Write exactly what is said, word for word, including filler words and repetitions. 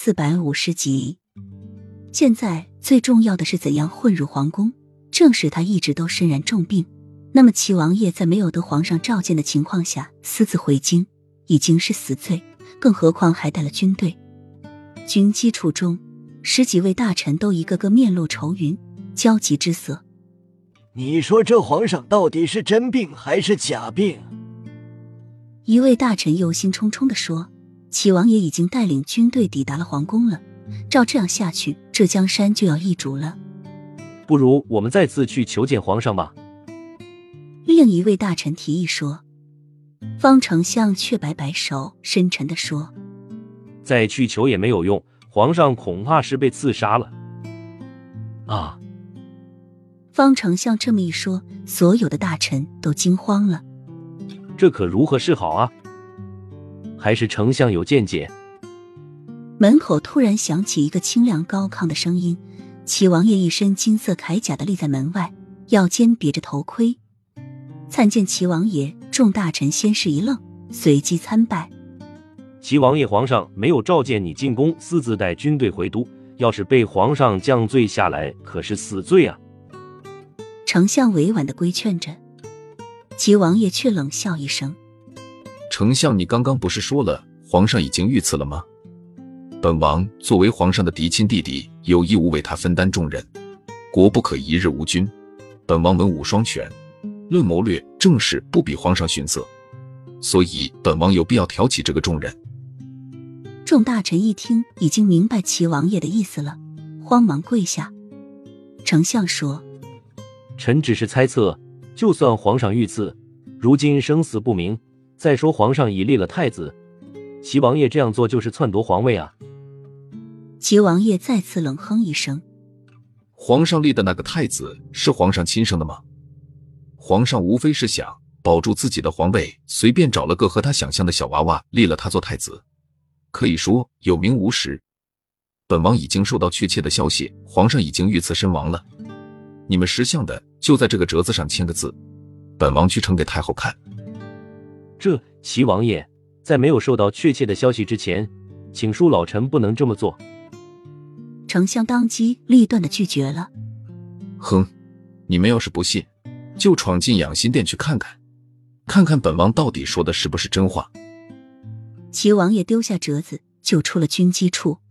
四百五十集。现在最重要的是怎样混入皇宫，正使他一直都身染重病。那么齐王爷在没有得皇上召见的情况下私自回京，已经是死罪，更何况还带了军队。军机处中，十几位大臣都一个个面露愁云，焦急之色。 你说这皇上到底是真病还是假病？ 一位大臣忧心忡忡地说，齐王爷已经带领军队抵达了皇宫了，照这样下去，这江山就要易主了。 不如我们再次去求见皇上吧。 另一位大臣提议说。方丞相却摆摆手，深沉地说， 再去求也没有用，皇上恐怕是被刺杀了。 啊！ 方丞相这么一说，所有的大臣都惊慌了。 这可如何是好啊？还是丞相有见解？ 门口突然响起一个清亮高亢的声音，齐王爷一身金色铠甲的立在门外，腰间别着头盔。参见齐王爷，众大臣先是一愣，随即参拜。 齐王爷，皇上没有召见你进宫，私自带军队回都，要是被皇上降罪下来，可是死罪啊！ 丞相委婉地规劝着，齐王爷却冷笑一声： 丞相，你刚刚不是说了皇上已经遇刺了吗？本王作为皇上的嫡亲弟弟，有义务为他分担重任，国不可一日无君。本王文武双全，论谋略政事不比皇上逊色，所以本王有必要挑起这个重任。 众大臣一听，已经明白齐王爷的意思了，慌忙跪下。丞相说： 臣只是猜测，就算皇上遇刺，如今生死不明，再说皇上已立了太子，齐王爷这样做就是篡夺皇位啊！ 齐王爷再次冷哼一声： 皇上立的那个太子是皇上亲生的吗？皇上无非是想保住自己的皇位，随便找了个和他想象的小娃娃立了他做太子，可以说有名无实。本王已经收到确切的消息，皇上已经遇刺身亡了。你们识相的就在这个折子上签个字，本王去呈给太后看。 这齐王爷在没有收到确切的消息之前，请恕老臣不能这么做。 丞相当机立断地拒绝了。 哼，你们要是不信，就闯进养心殿去看看，看看本王到底说的是不是真话。 齐王爷丢下折子，就出了军机处。